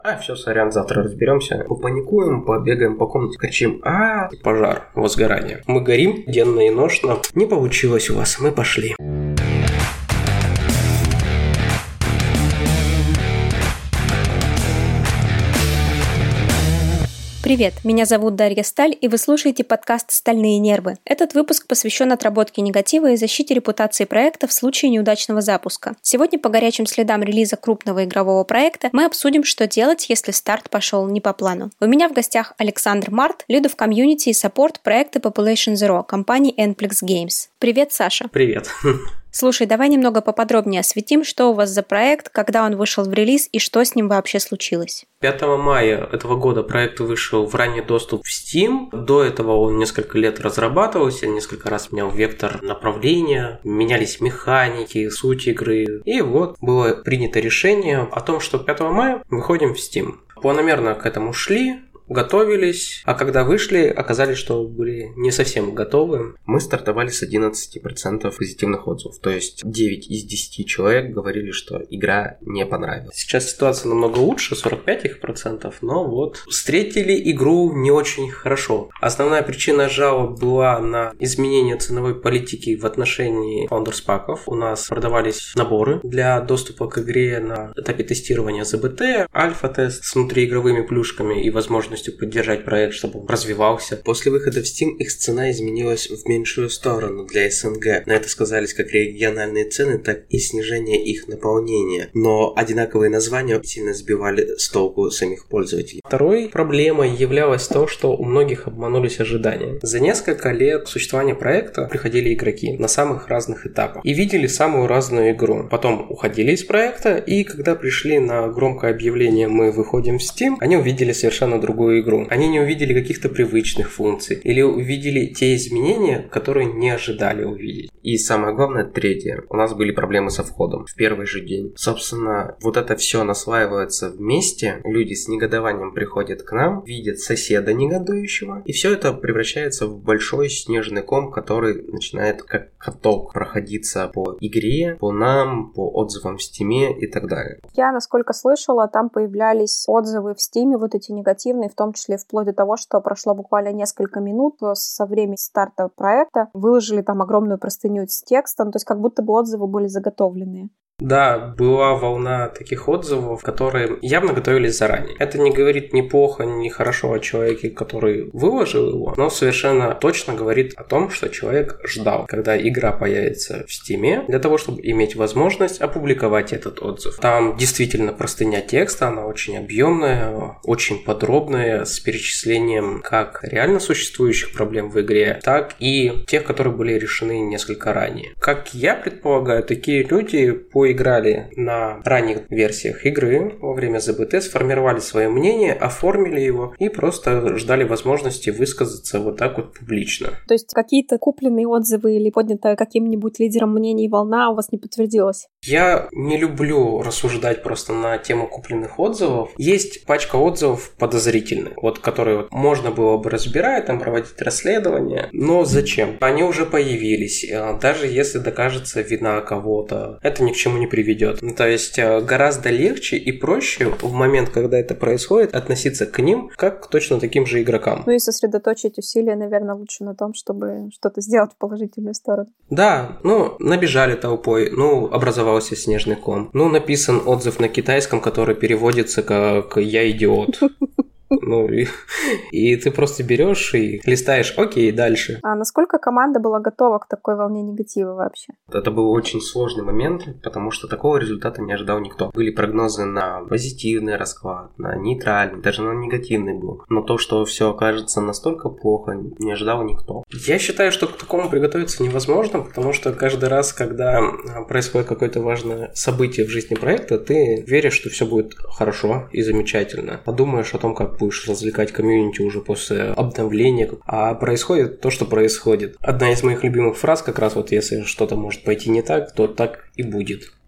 Все, сорян, завтра разберемся. Попаникуем, побегаем по комнате, кричим: пожар, возгорание. Мы горим денно и ношно. Не получилось у вас, мы пошли. Привет, меня зовут Дарья Сталь, и вы слушаете подкаст «Стальные нервы». Этот выпуск посвящен отработке негатива и защите репутации проекта в случае неудачного запуска. Сегодня по горячим следам релиза крупного игрового проекта мы обсудим, что делать, если старт пошел не по плану. У меня в гостях Александр Март, лид of Community и саппорт проекта Population Zero компании Nplex Games. Привет, Саша. Привет. Слушай, давай немного поподробнее осветим, что у вас за проект, когда он вышел в релиз и что с ним вообще случилось. 5 мая этого года проект вышел в ранний доступ в Steam. До этого он несколько лет разрабатывался, несколько раз менял вектор направления, менялись механики, суть игры. И вот было принято решение о том, что 5 мая выходим в Steam. Планомерно к этому шли, готовились, а когда вышли, оказались, что были не совсем готовы. Мы стартовали с 11% позитивных отзывов, то есть 9 из 10 человек говорили, что игра не понравилась. Сейчас ситуация намного лучше, 45%, но вот встретили игру не очень хорошо. Основная причина жалоб была на изменение ценовой политики в отношении Founders паков. У нас продавались наборы для доступа к игре на этапе тестирования ЗБТ, альфа-тест с внутриигровыми плюшками и возможностью поддержать проект, чтобы он развивался. После выхода в Steam их цена изменилась в меньшую сторону для СНГ. На это сказались как региональные цены, так и снижение их наполнения. Но одинаковые названия сильно сбивали с толку самих пользователей. Второй проблемой являлось то, что у многих обманулись ожидания. За несколько лет существования проекта приходили игроки на самых разных этапах и видели самую разную игру. Потом уходили из проекта, и когда пришли на громкое объявление «Мы выходим в Steam», они увидели совершенно другую игру. Они не увидели каких-то привычных функций или увидели те изменения, которые не ожидали увидеть. И самое главное, третье. У нас были проблемы со входом в первый же день. Собственно, вот это все наслаивается вместе. Люди с негодованием приходят к нам, видят соседа негодующего, и все это превращается в большой снежный ком, который начинает как каток проходиться по игре, по нам, по отзывам в Steam и так далее. Я, насколько слышала, там появлялись отзывы в Steam, вот эти негативные, в том числе вплоть до того, что прошло буквально несколько минут со времени старта проекта, выложили там огромную простыню с текстом, то есть как будто бы отзывы были заготовленные. Да, была волна таких отзывов, которые явно готовились заранее. Это не говорит ни плохо, ни хорошо о человеке, который выложил его, но совершенно точно говорит о том, что человек ждал, когда игра появится в Steam, для того, чтобы иметь возможность опубликовать этот отзыв. Там действительно простыня текста, она очень объемная, очень подробная, с перечислением как реально существующих проблем в игре, так и тех, которые были решены несколько ранее. Как я предполагаю, такие люди поиграли на ранних версиях игры во время ЗБТ, сформировали свое мнение, оформили его и просто ждали возможности высказаться вот так вот публично. То есть какие-то купленные отзывы или поднятая каким-нибудь лидером мнений волна у вас не подтвердилась? Я не люблю рассуждать просто на тему купленных отзывов. Есть пачка отзывов подозрительных, вот которые вот можно было бы разбирать, там проводить расследование, но зачем? Они уже появились, даже если докажется вина кого-то, это ни к чему не приведет. То есть гораздо легче и проще в момент, когда это происходит, относиться к ним как к точно таким же игрокам. Ну и сосредоточить усилия, наверное, лучше на том, чтобы что-то сделать в положительную сторону. Да, набежали толпой, образовался снежный ком. Написан отзыв на китайском, который переводится как «я идиот». И ты просто берешь и листаешь, окей, дальше. А насколько команда была готова к такой волне негатива вообще? Это был очень сложный момент, потому что такого результата не ожидал никто. Были прогнозы на позитивный расклад, на нейтральный, даже на негативный был. Но то, что все окажется настолько плохо, не ожидал никто. Я считаю, что к такому приготовиться невозможно, потому что каждый раз, когда происходит какое-то важное событие в жизни проекта, ты веришь, что все будет хорошо и замечательно. Подумаешь о том, как будешь развлекать комьюнити уже после обновления, а происходит то, что происходит. Одна из моих любимых фраз как раз вот, если что-то может пойти не так, то так и будет.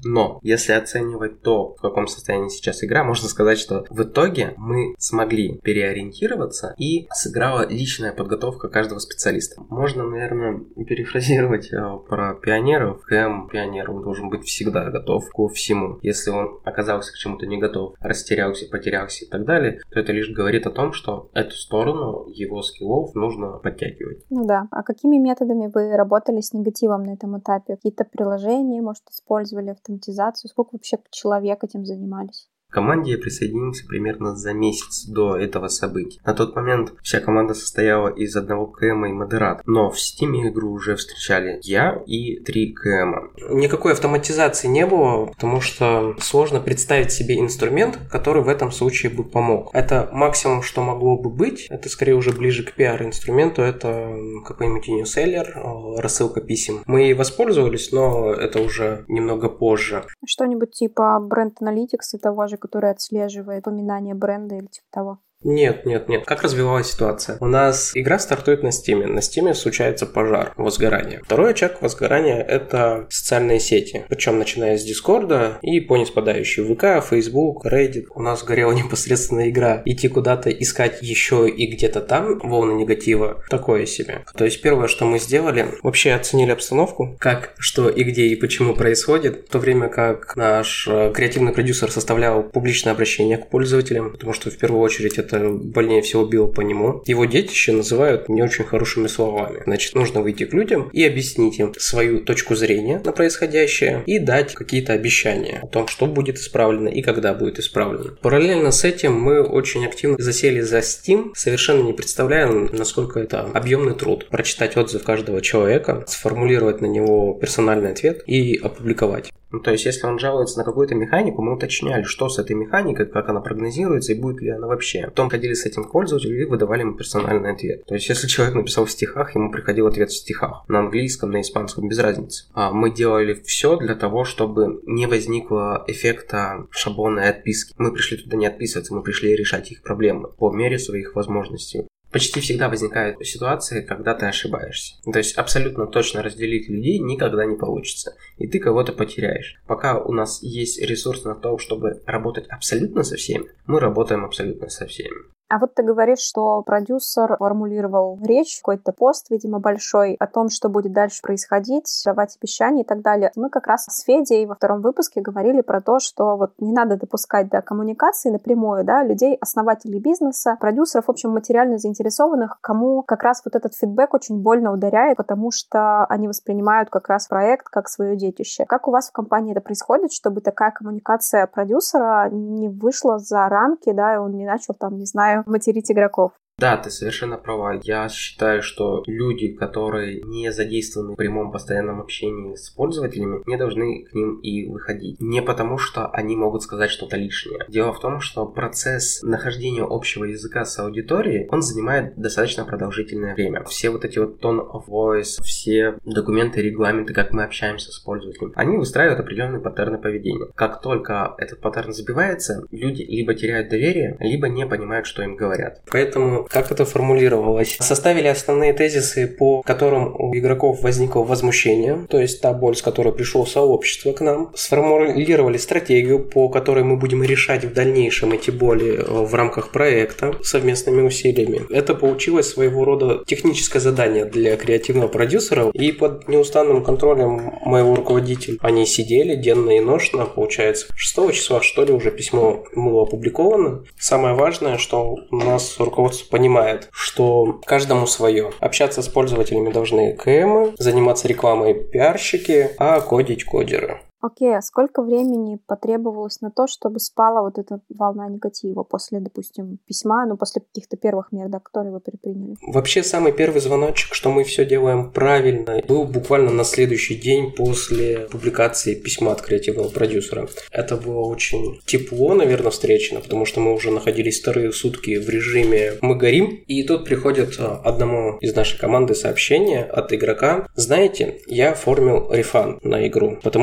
Но если оценивать то, в каком состоянии сейчас игра, можно сказать, что в итоге мы смогли переориентироваться и сыграла личная подготовка каждого специалиста. Можно, наверное, перефразировать про пионеров. Пионер, он должен быть всегда готов ко всему. Если он оказался к чему-то не готов, растерялся, потерялся и так далее, то это лишь говорит о том, что эту сторону его скиллов нужно подтягивать. Ну да. А какими методами вы работали с негативом на этом этапе? Какие-то приложения, может, использовали автоматизацию? Сколько вообще человек этим занимались? К команде я присоединился примерно за месяц до этого события. На тот момент вся команда состояла из одного КМа и модератора. Но в Steam игру уже встречали я и 3 КМа. Никакой автоматизации не было, потому что сложно представить себе инструмент, который в этом случае бы помог. Это максимум, что могло бы быть. Это скорее уже ближе к PR-инструменту. Это какой-нибудь newsletter, рассылка писем. Мы и воспользовались, но это уже немного позже. Что-нибудь типа Brand Analytics и того же, который отслеживает упоминание бренда или типа того? Нет. Как развивалась ситуация? У нас игра стартует на Steam. На Steam случается пожар, возгорание. Второй очаг возгорания – это социальные сети. Причем начиная с Discord и по ниспадающей ВК, Facebook, Reddit. У нас горела непосредственно игра. Идти куда-то искать еще и где-то там волны негатива – такое себе. То есть первое, что мы сделали, вообще оценили обстановку, как, что и где и почему происходит, в то время как наш креативный продюсер составлял публичное обращение к пользователям, потому что в первую очередь это больнее всего било по нему. Его детище называют не очень хорошими словами. Значит, нужно выйти к людям и объяснить им свою точку зрения на происходящее и дать какие-то обещания о том, что будет исправлено и когда будет исправлено. Параллельно с этим мы очень активно засели за Steam, совершенно не представляя, насколько это объемный труд. Прочитать отзыв каждого человека, сформулировать на него персональный ответ и опубликовать. То есть, если он жалуется на какую-то механику, мы уточняли, что с этой механикой, как она прогнозируется и будет ли она вообще. Потом ходили с этим к пользователю и выдавали ему персональный ответ. То есть, если человек написал в стихах, ему приходил ответ в стихах. На английском, на испанском, без разницы. Мы делали все для того, чтобы не возникло эффекта шаблонной отписки. Мы пришли туда не отписываться, мы пришли решать их проблемы по мере своих возможностей. Почти всегда возникают ситуации, когда ты ошибаешься. То есть абсолютно точно разделить людей никогда не получится. И ты кого-то потеряешь. Пока у нас есть ресурс на то, чтобы работать абсолютно со всеми, мы работаем абсолютно со всеми. А вот ты говоришь, что продюсер формулировал речь, какой-то пост, видимо, большой, о том, что будет дальше происходить, давать обещания и так далее. Мы как раз с Федей во втором выпуске говорили про то, что вот не надо допускать до коммуникации напрямую, людей, основателей бизнеса, продюсеров, в общем, материально заинтересованных, кому как раз вот этот фидбэк очень больно ударяет, потому что они воспринимают как раз проект как свое детище. Как у вас в компании это происходит, чтобы такая коммуникация продюсера не вышла за рамки, и он не начал материть игроков? Да, ты совершенно права. Я считаю, что люди, которые не задействованы в прямом постоянном общении с пользователями, не должны к ним и выходить. Не потому, что они могут сказать что-то лишнее. Дело в том, что процесс нахождения общего языка с аудиторией, он занимает достаточно продолжительное время. Все вот эти вот tone of voice, все документы, регламенты, как мы общаемся с пользователем, они выстраивают определенные паттерны поведения. Как только этот паттерн забивается, люди либо теряют доверие, либо не понимают, что им говорят. Поэтому как это формулировалось? Составили основные тезисы, по которым у игроков возникло возмущение, то есть та боль, с которой пришло сообщество к нам. Сформулировали стратегию, по которой мы будем решать в дальнейшем эти боли в рамках проекта совместными усилиями. Это получилось своего рода техническое задание для креативного продюсера, и под неустанным контролем моего руководителя они сидели денно и ношно, получается, 6 числа, что ли, уже письмо было опубликовано. Самое важное, что у нас руководство понимает, что каждому свое. Общаться с пользователями должны КМы, заниматься рекламой пиарщики, а кодить кодеры. Окей, а сколько времени потребовалось на то, чтобы спала вот эта волна негатива после, допустим, письма, после каких-то первых мер, которые вы предприняли? Вообще, самый первый звоночек, что мы все делаем правильно, был буквально на следующий день после публикации письма от креативного продюсера. Это было очень тепло, наверное, встречено, потому что мы уже находились вторые сутки в режиме «мы горим», и тут приходит одному из нашей команды сообщение от игрока: «Знаете, я оформил рефанд на игру, потому что мне не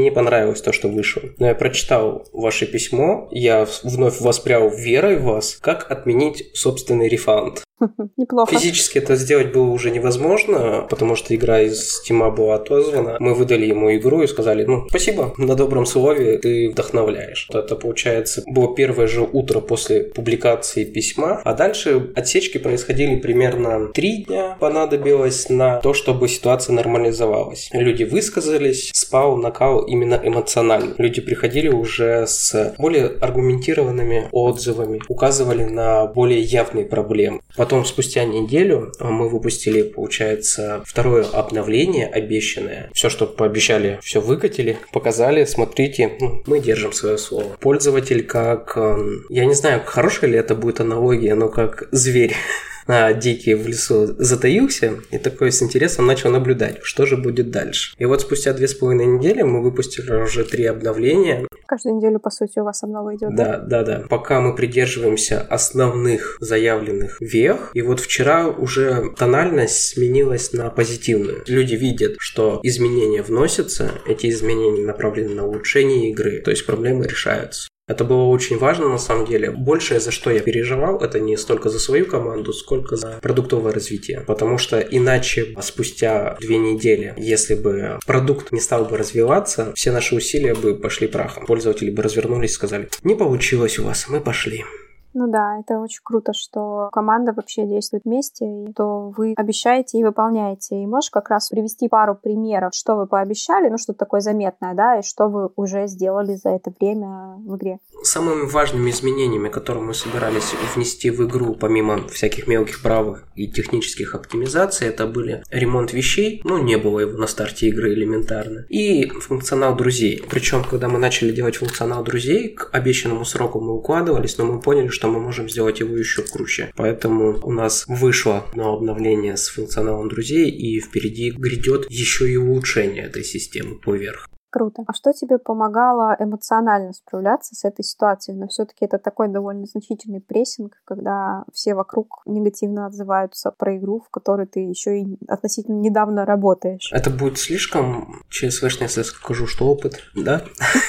не понравилось то, что вышло. Но я прочитал ваше письмо, я вновь воспрял верой в вас, как отменить собственный рефанд. Неплохо. Физически это сделать было уже невозможно, потому что игра из Steam была отозвана. Мы выдали ему игру и сказали, спасибо, на добром слове ты вдохновляешь. Это, получается, было первое же утро после публикации письма, а дальше отсечки происходили примерно 3 дня понадобилось на то, чтобы ситуация нормализовалась. Люди высказались, спал накал именно эмоциональный. Люди приходили уже с более аргументированными отзывами, указывали на более явные проблемы. Потом, спустя неделю, мы выпустили, получается, второе обновление обещанное. Все, что пообещали, все выкатили, показали, смотрите, мы держим свое слово. Пользователь как, я не знаю, хорошая ли это будет аналогия, но как зверь дикий в лесу затаился и такой с интересом начал наблюдать, что же будет дальше. И вот спустя 2,5 недели мы выпустили уже 3 обновления. Каждую неделю, по сути, у вас обнова идет, да? Пока мы придерживаемся основных заявленных вех, и вот вчера уже тональность сменилась на позитивную. Люди видят, что изменения вносятся, эти изменения направлены на улучшение игры, то есть проблемы решаются. Это было очень важно, на самом деле. Большее, за что я переживал, это не столько за свою команду, сколько за продуктовое развитие. Потому что иначе, спустя 2 недели, если бы продукт не стал бы развиваться, все наши усилия бы пошли прахом. Пользователи бы развернулись и сказали, не получилось у вас, мы пошли. Ну да, это очень круто, что команда вообще действует вместе, и то вы обещаете и выполняете. И можешь как раз привести пару примеров, что вы пообещали, что-то такое заметное, да, и что вы уже сделали за это время в игре. Самыми важными изменениями, которые мы собирались внести в игру, помимо всяких мелких правок и технических оптимизаций, это были ремонт вещей, не было его на старте игры элементарно, и функционал друзей. Причем, когда мы начали делать функционал друзей, к обещанному сроку мы укладывались, но мы поняли, что мы можем сделать его еще круче. Поэтому у нас вышло одно обновление с функционалом друзей, и впереди грядет еще и улучшение этой системы поверх. Круто. А что тебе помогало эмоционально справляться с этой ситуацией? Но все-таки это такой довольно значительный прессинг, когда все вокруг негативно отзываются про игру, в которой ты еще и относительно недавно работаешь. Это будет слишком ЧСВшно, если я скажу, что опыт, да?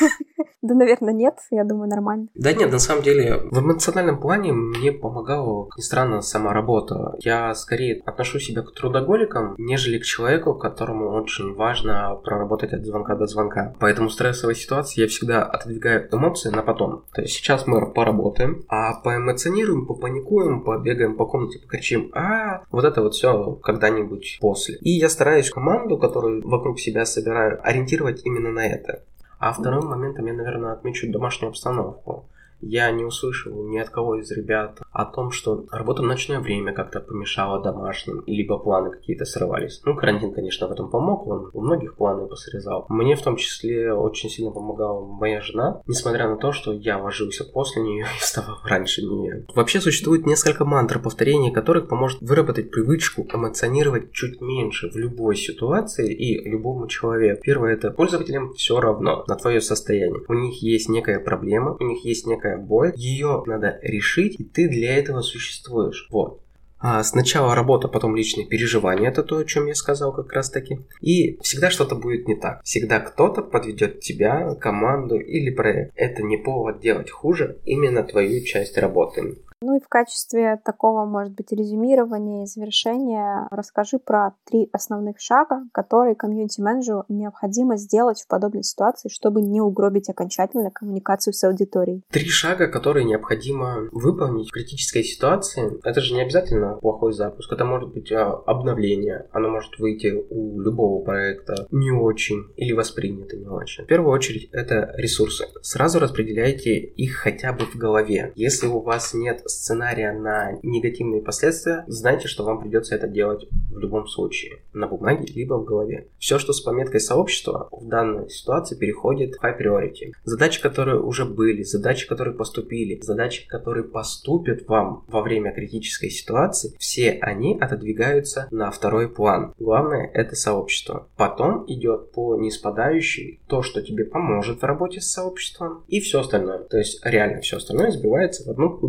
Да, наверное, нет. Я думаю, нормально. Да нет, на самом деле, в эмоциональном плане мне помогала, как ни странно, сама работа. Я скорее отношу себя к трудоголикам, нежели к человеку, которому очень важно проработать от звонка до звонка. Поэтому в стрессовой ситуации я всегда отодвигаю эмоции на потом. То есть сейчас мы поработаем, а поэмоционируем, попаникуем, побегаем по комнате, покричим, вот это вот все когда-нибудь после. И я стараюсь команду, которую вокруг себя собираю, ориентировать именно на это. А вторым моментом я, наверное, отмечу домашнюю обстановку. Я не услышал ни от кого из ребят о том, что работа в ночное время как-то помешала домашним, либо планы какие-то срывались. Карантин, конечно, в этом помог, он у многих планы посрезал. Мне в том числе очень сильно помогала моя жена, несмотря на то, что я ложился после нее и вставал раньше нее. Вообще существует несколько мантр, повторение которых поможет выработать привычку эмоционировать чуть меньше в любой ситуации и любому человеку. Первое, это пользователям все равно на твое состояние. У них есть некая проблема, у них есть некая боль, ее надо решить, и ты для этого существуешь. Вот. Сначала работа, потом личные переживания, это то, о чем я сказал как раз таки. И всегда что-то будет не так. Всегда кто-то подведет тебя, команду или проект. Это не повод делать хуже именно твою часть работы. И в качестве такого, может быть, резюмирования и завершения расскажи про 3 основных шага, которые комьюнити-менеджеру необходимо сделать в подобной ситуации, чтобы не угробить окончательно коммуникацию с аудиторией. 3 шага, которые необходимо выполнить в критической ситуации. Это же не обязательно плохой запуск. Это может быть обновление. Оно может выйти у любого проекта не очень или воспринято не очень. В первую очередь это ресурсы. Сразу распределяйте их хотя бы в голове. Если у вас нет сценария на негативные последствия, знайте, что вам придется это делать в любом случае. На бумаге, либо в голове. Все, что с пометкой сообщества, в данной ситуации переходит в high priority. Задачи, которые уже были, задачи, которые поступили, задачи, которые поступят вам во время критической ситуации, все они отодвигаются на второй план. Главное – это сообщество. Потом идет по ниспадающей то, что тебе поможет в работе с сообществом, и все остальное. То есть реально все остальное сбивается в одну кучу. Но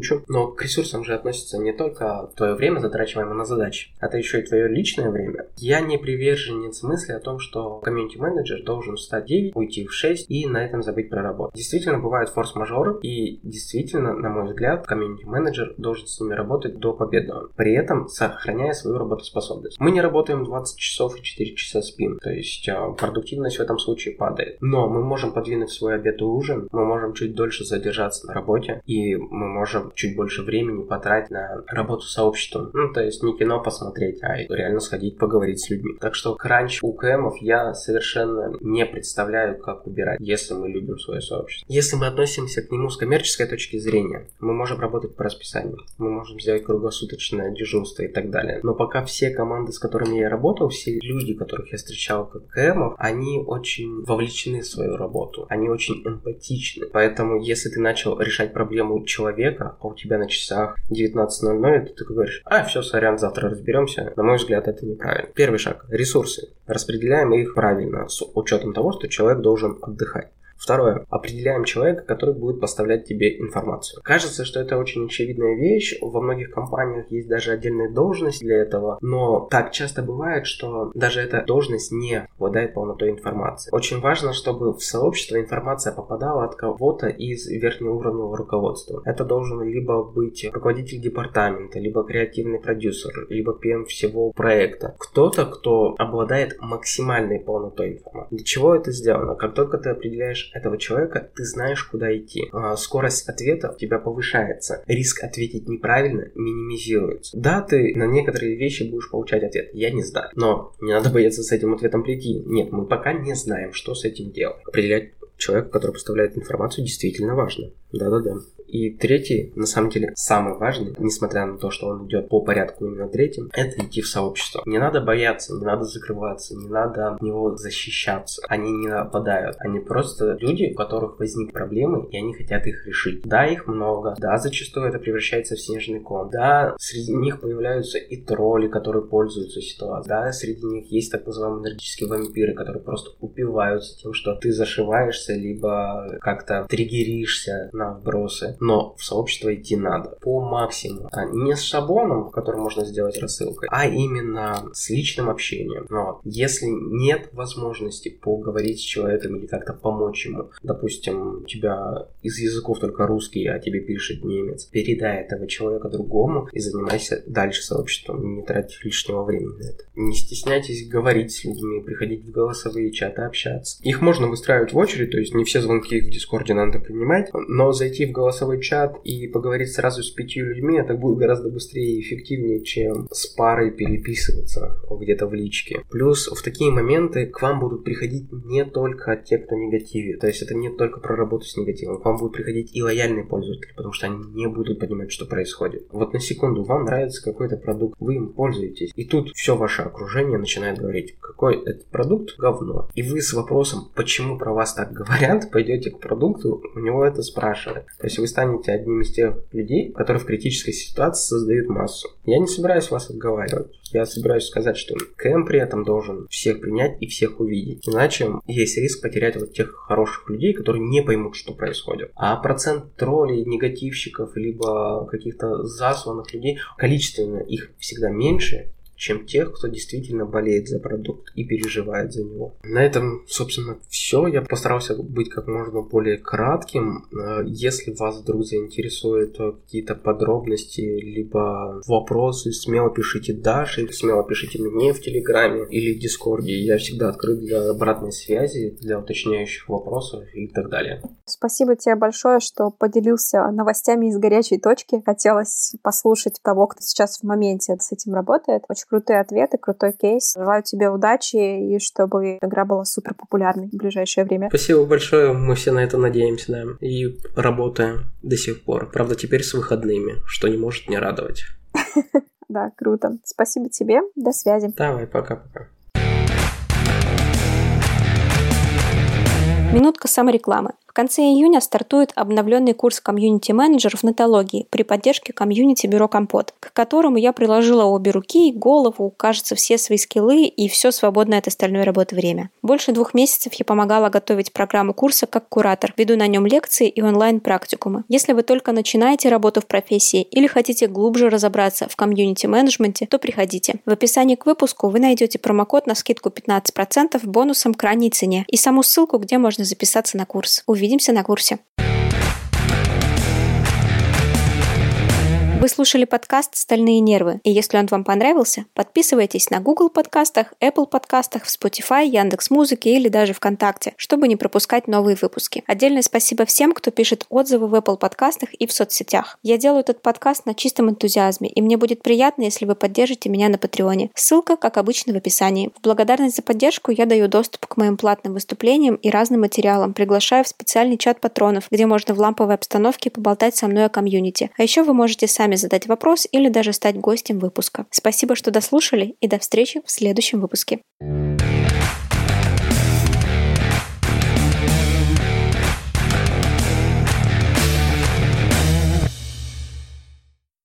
Но к ресурсам же относится не только твое время, затрачиваемое на задачи, это еще и твое личное время. Я не приверженец мысли о том, что комьюнити-менеджер должен встать в 9, уйти в 6 и на этом забыть про работу. Действительно, бывают форс-мажоры, и действительно, на мой взгляд, комьюнити-менеджер должен с ними работать до победного, при этом сохраняя свою работоспособность. Мы не работаем 20 часов и 4 часа спим, то есть продуктивность в этом случае падает. Но мы можем подвинуть свой обед и ужин, мы можем чуть дольше задержаться на работе, и мы можем чуть больше времени потратить на работу с сообществом. То есть не кино посмотреть, а реально сходить поговорить с людьми. Так что кранч у КМов я совершенно не представляю, как убирать, если мы любим свое сообщество. Если мы относимся к нему с коммерческой точки зрения, мы можем работать по расписанию, мы можем сделать круглосуточное дежурство и так далее. Но пока все команды, с которыми я работал, все люди, которых я встречал как КМов, они очень вовлечены в свою работу, они очень эмпатичны. Поэтому, если ты начал решать проблему человека, а у тебя на часах 19:00, то ты говоришь: все, сорян, завтра разберемся. На мой взгляд, это неправильно. Первый шаг – ресурсы. Распределяем их правильно, с учетом того, что человек должен отдыхать. Второе. Определяем человека, который будет поставлять тебе информацию. Кажется, что это очень очевидная вещь. Во многих компаниях есть даже отдельная должность для этого. Но так часто бывает, что даже эта должность не обладает полнотой информации. Очень важно, чтобы в сообщество информация попадала от кого-то из верхнеуровневого руководства. Это должен либо быть руководитель департамента, либо креативный продюсер, либо ПМ всего проекта. Кто-то, кто обладает максимальной полнотой информации. Для чего это сделано? Как только ты определяешь этого человека, ты знаешь, куда идти. Скорость ответа у тебя повышается. Риск ответить неправильно минимизируется. Да, ты на некоторые вещи будешь получать ответ: я не знаю. Но не надо бояться с этим ответом прийти. Нет, мы пока не знаем, что с этим делать. Определять человека, который поставляет информацию, действительно важно. Да-да-да. И третий, на самом деле, самый важный, несмотря на то, что он идет по порядку именно третьим, это идти в сообщество. Не надо бояться, не надо закрываться, не надо от него защищаться. Они не нападают. Они просто люди, у которых возникли проблемы, и они хотят их решить. Да, их много. Да, зачастую это превращается в снежный ком. Да, среди них появляются и тролли, которые пользуются ситуацией. Да, среди них есть так называемые энергетические вампиры, которые просто упиваются тем, что ты зашиваешься, либо как-то триггеришься на вбросы. Но в сообщество идти надо по максимуму. Не с шаблоном, который можно сделать рассылкой, а именно с личным общением. Но если нет возможности поговорить с человеком или как-то помочь ему, допустим, у тебя из языков только русский, а тебе пишет немец, передай этого человека другому и занимайся дальше сообществом. Не трать лишнего времени на это. Не стесняйтесь говорить с людьми, приходить в голосовые чаты, общаться. Их можно выстраивать в очередь, то есть не все звонки в Дискорде надо принимать, но зайти в голосовой чат и поговорить сразу с 5 людьми, это будет гораздо быстрее и эффективнее, чем с парой переписываться где-то в личке. Плюс в такие моменты к вам будут приходить не только те, кто негативит. То есть это не только про работу с негативом. К вам будут приходить и лояльные пользователи, потому что они не будут понимать, что происходит. Вот на секунду вам нравится какой-то продукт, вы им пользуетесь, и тут все ваше окружение начинает говорить: какой этот продукт говно. И вы с вопросом, почему про вас так говорят, пойдете к продукту, у него это спрашивают. То есть вы станете одним из тех людей, которые в критической ситуации создают массу. Я не собираюсь вас отговаривать. Я собираюсь сказать, что КМ при этом должен всех принять и всех увидеть. Иначе есть риск потерять вот тех хороших людей, которые не поймут, что происходит. А процент троллей, негативщиков, либо каких-то засланных людей, количественно их всегда меньше, чем тех, кто действительно болеет за продукт и переживает за него. На этом, собственно, все. Я постарался быть как можно более кратким. Если вас вдруг заинтересуют какие-то подробности, либо вопросы, смело пишите Даше, смело пишите мне в Телеграме или в Дискорде. Я всегда открыт для обратной связи, для уточняющих вопросов и так далее. Спасибо тебе большое, что поделился новостями из горячей точки. Хотелось послушать того, кто сейчас в моменте с этим работает. Очень крутые ответы, крутой кейс. Желаю тебе удачи и чтобы игра была супер популярной в ближайшее время. Спасибо большое, мы все на это надеемся, да. И работаем до сих пор. Правда, теперь с выходными, что не может не радовать. Да, круто. Спасибо тебе. До связи. Давай, пока-пока. Минутка саморекламы. В конце июня стартует обновленный курс комьюнити-менеджер в нетологии при поддержке комьюнити-бюро Компот, к которому я приложила обе руки, голову, кажется, все свои скиллы и все свободное от остальной работы время. Больше 2 месяцев я помогала готовить программу курса как куратор, веду на нем лекции и онлайн-практикумы. Если вы только начинаете работу в профессии или хотите глубже разобраться в комьюнити-менеджменте, то приходите. В описании к выпуску вы найдете промокод на скидку 15% бонусом к ранней цене и саму ссылку, где можно записаться на курс. Увидимся на курсе. Вы слушали подкаст «Стальные нервы», и если он вам понравился, подписывайтесь на Google подкастах, Apple подкастах, в Spotify, Яндекс.Музыке или даже ВКонтакте, чтобы не пропускать новые выпуски. Отдельное спасибо всем, кто пишет отзывы в Apple подкастах и в соцсетях. Я делаю этот подкаст на чистом энтузиазме, и мне будет приятно, если вы поддержите меня на Патреоне. Ссылка, как обычно, в описании. В благодарность за поддержку я даю доступ к моим платным выступлениям и разным материалам, приглашаю в специальный чат патронов, где можно в ламповой обстановке поболтать со мной о комьюнити. А еще вы можете сами задать вопрос или даже стать гостем выпуска. Спасибо, что дослушали, и до встречи в следующем выпуске.